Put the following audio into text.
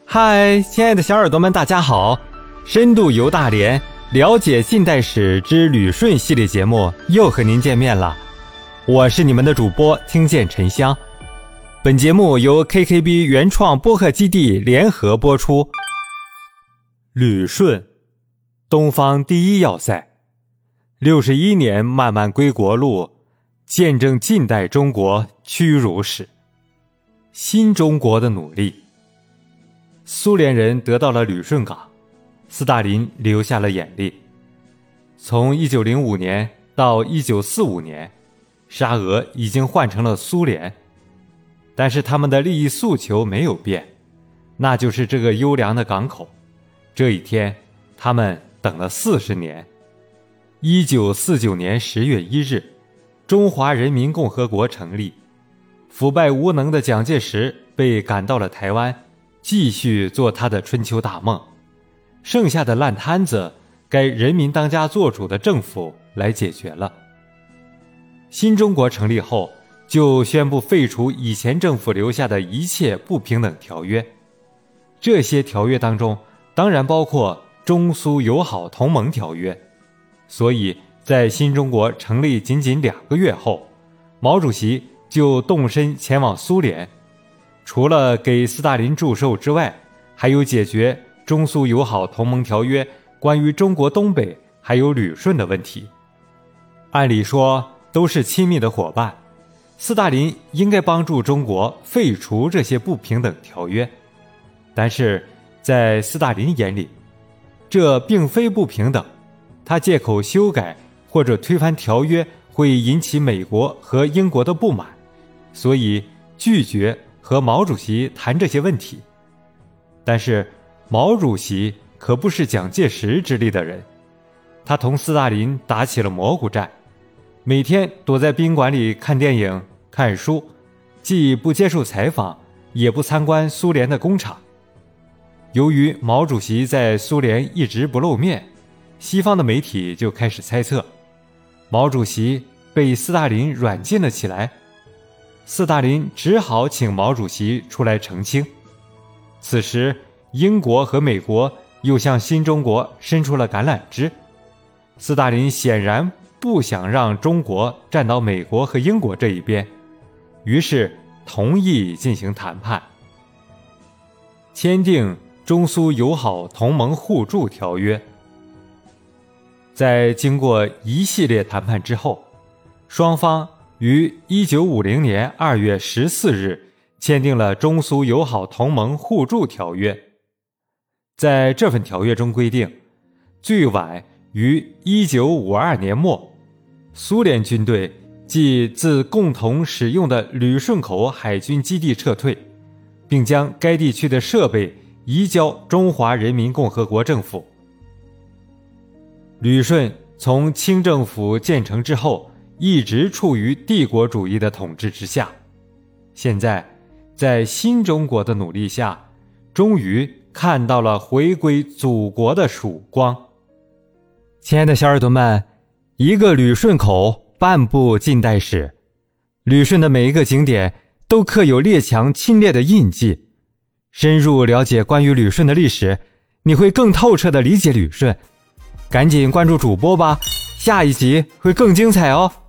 嗨，亲爱的小耳朵们，大家好！深度游大连，了解近代史之旅顺系列节目又和您见面了，我是你们的主播听见沉香。本节目由 KKB 原创播客基地联合播出。旅顺，东方第一要塞，61年漫漫归国路，见证近代中国屈辱史。新中国的努力。苏联人得到了旅顺港，斯大林流下了眼泪。从1905年到1945年，沙俄已经换成了苏联，但是他们的利益诉求没有变，那就是这个优良的港口。这一天，他们等了40年。1949年10月1日，中华人民共和国成立，腐败无能的蒋介石被赶到了台湾，继续做他的春秋大梦，剩下的烂摊子该人民当家作主的政府来解决了。新中国成立后，就宣布废除以前政府留下的一切不平等条约，这些条约当中当然包括中苏友好同盟条约。所以在新中国成立仅仅2个月后，毛主席就动身前往苏联，除了给斯大林祝寿之外，还有解决中苏友好同盟条约关于中国东北还有旅顺的问题。按理说都是亲密的伙伴，斯大林应该帮助中国废除这些不平等条约，但是在斯大林眼里，这并非不平等，他借口修改或者推翻条约会引起美国和英国的不满，所以拒绝和毛主席谈这些问题。但是毛主席可不是蒋介石之类的人，他同斯大林打起了蘑菇战，每天躲在宾馆里看电影看书，既不接受采访，也不参观苏联的工厂。由于毛主席在苏联一直不露面，西方的媒体就开始猜测毛主席被斯大林软禁了起来，斯大林只好请毛主席出来澄清。此时英国和美国又向新中国伸出了橄榄枝，斯大林显然不想让中国站到美国和英国这一边，于是同意进行谈判，签订中苏友好同盟互助条约。在经过一系列谈判之后，双方于1950年2月14日签订了中苏友好同盟互助条约。在这份条约中规定，最晚于1952年末，苏联军队即自共同使用的旅顺口海军基地撤退，并将该地区的设备移交中华人民共和国政府。旅顺从清政府建成之后，一直处于帝国主义的统治之下。现在，在新中国的努力下，终于看到了回归祖国的曙光。亲爱的小耳朵们，一个旅顺口，半部近代史。旅顺的每一个景点都刻有列强侵略的印记。深入了解关于旅顺的历史，你会更透彻地理解旅顺。赶紧关注主播吧，下一集会更精彩哦。